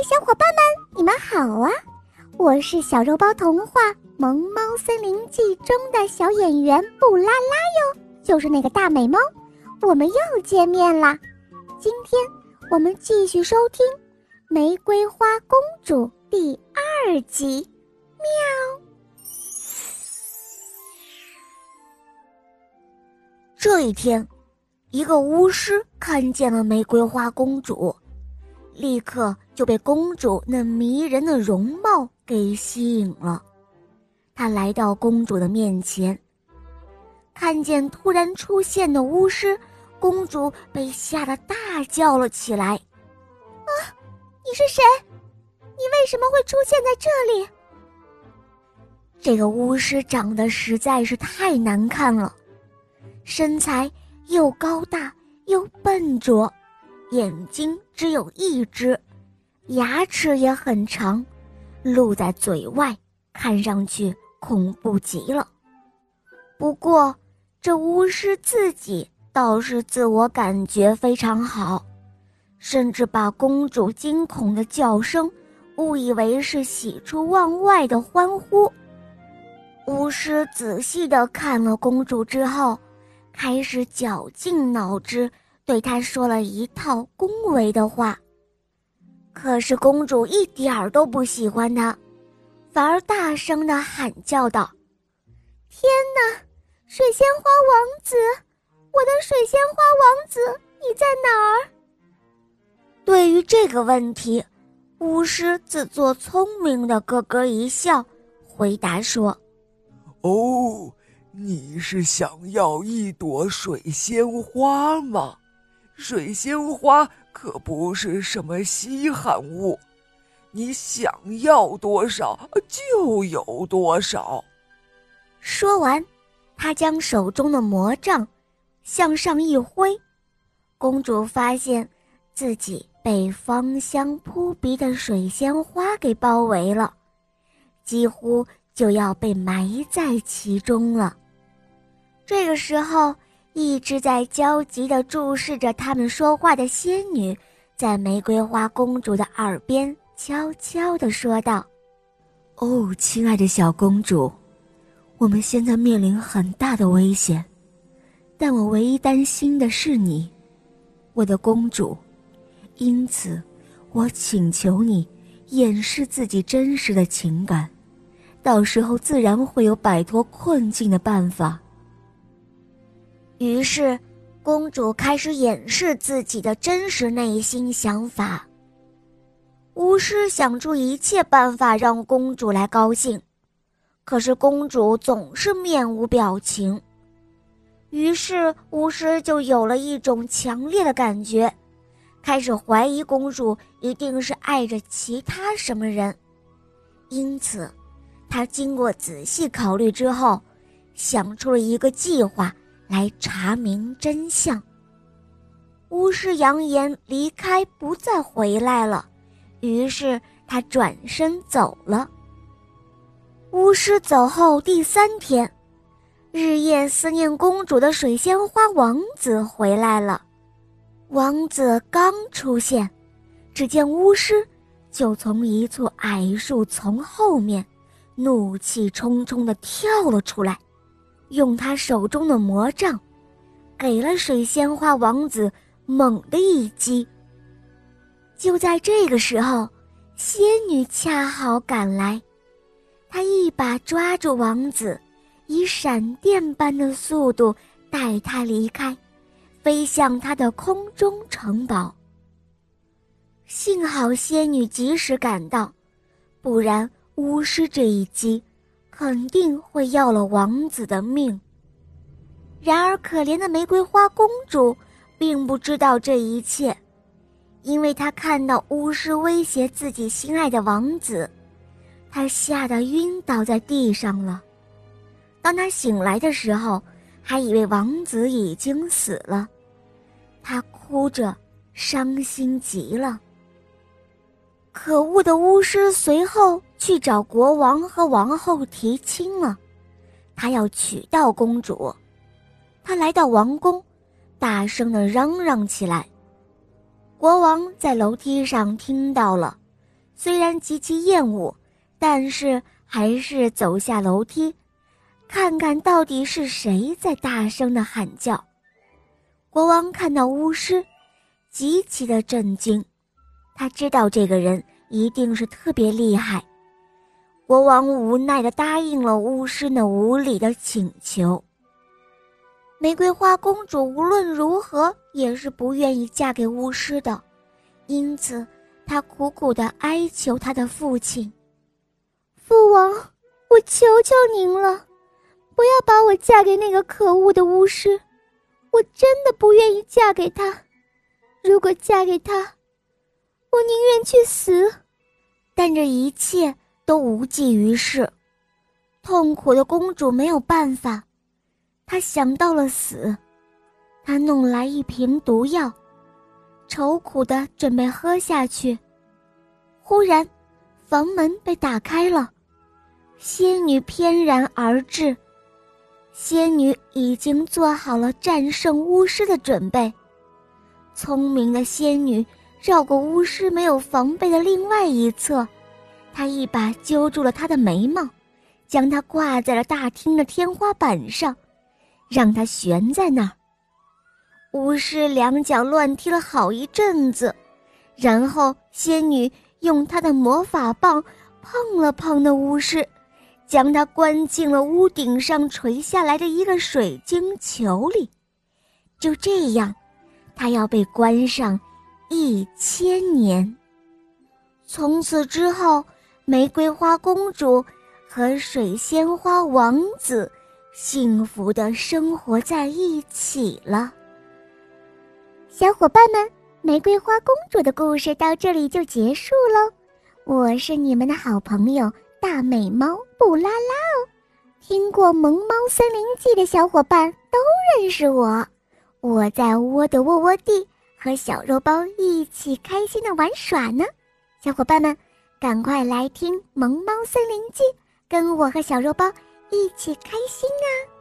小伙伴们，你们好啊！我是小肉包童话《萌猫森林记》中的小演员布拉拉哟，就是那个大美猫。我们又见面啦！今天我们继续收听《玫瑰花公主》第2集。喵！这一天，一个巫师看见了玫瑰花公主，立刻就被公主那迷人的容貌给吸引了。他来到公主的面前，看见突然出现的巫师，公主被吓得大叫了起来。啊，你是谁？你为什么会出现在这里？这个巫师长得实在是太难看了，身材又高大又笨拙，眼睛只有一只，牙齿也很长，露在嘴外，看上去恐怖极了。不过这巫师自己倒是自我感觉非常好，甚至把公主惊恐的叫声误以为是喜出望外的欢呼。巫师仔细地看了公主之后，开始绞尽脑汁对她说了一套恭维的话。可是公主一点儿都不喜欢他，反而大声地喊叫道：天哪，水仙花王子，我的水仙花王子，你在哪儿？对于这个问题，巫师自作聪明地咯咯一笑，回答说： 哦，你是想要一朵水仙花吗？水仙花可不是什么稀罕物，你想要多少就有多少。 说完，他将手中的魔杖向上一挥，公主发现自己被芳香扑鼻的水仙花给包围了，几乎就要被埋在其中了。这个时候，一直在焦急地注视着他们说话的仙女，在玫瑰花公主的耳边悄悄地说道：哦，亲爱的小公主，我们现在面临很大的危险，但我唯一担心的是你，我的公主，因此我请求你掩饰自己真实的情感，到时候自然会有摆脱困境的办法。于是公主开始掩饰自己的真实内心想法。巫师想出一切办法让公主来高兴，可是公主总是面无表情。于是巫师就有了一种强烈的感觉，开始怀疑公主一定是爱着其他什么人。因此他经过仔细考虑之后，想出了一个计划来查明真相。巫师扬言离开不再回来了，于是他转身走了。巫师走后第3天，日夜思念公主的水仙花王子回来了。王子刚出现，只见巫师就从一簇矮树丛后面怒气冲冲地跳了出来，用他手中的魔杖给了水仙花王子猛地一击。就在这个时候，仙女恰好赶来，她一把抓住王子，以闪电般的速度带他离开，飞向他的空中城堡。幸好仙女及时赶到，不然巫师这一击肯定会要了王子的命。然而可怜的玫瑰花公主并不知道这一切，因为她看到巫师威胁自己心爱的王子，她吓得晕倒在地上了。当她醒来的时候，还以为王子已经死了，她哭着伤心极了。可恶的巫师随后去找国王和王后提亲了，他要娶到公主。他来到王宫，大声地嚷嚷起来。国王在楼梯上听到了， 虽然极其厌恶，但是还是走下楼梯，看看到底是谁在大声地喊叫。国王看到巫师，极其的震惊，他知道这个人一定是特别厉害。国王无奈地答应了巫师那无理的请求。玫瑰花公主无论如何也是不愿意嫁给巫师的，因此她苦苦地哀求她的父亲：父王，我求求您了，不要把我嫁给那个可恶的巫师，我真的不愿意嫁给他。如果嫁给他，我宁愿去死。但这一切都无济于事，痛苦的公主没有办法，她想到了死。她弄来一瓶毒药，愁苦地准备喝下去。忽然，房门被打开了，仙女翩然而至。仙女已经做好了战胜巫师的准备。聪明的仙女绕过巫师没有防备的另外一侧，她一把揪住了他的眉毛，将他挂在了大厅的天花板上，让他悬在那儿。巫师两脚乱踢了好一阵子，然后仙女用她的魔法棒碰了碰那巫师，将他关进了屋顶上垂下来的一个水晶球里。就这样，他要被关上1000年。从此之后，玫瑰花公主和水仙花王子幸福地生活在一起了。小伙伴们，玫瑰花公主的故事到这里就结束喽。我是你们的好朋友大美猫布拉拉哦。听过《萌猫森林记》的小伙伴都认识我，我在窝的窝窝地和小肉包一起开心的玩耍呢。小伙伴们，赶快来听《萌猫森林记》，跟我和小肉包一起开心啊！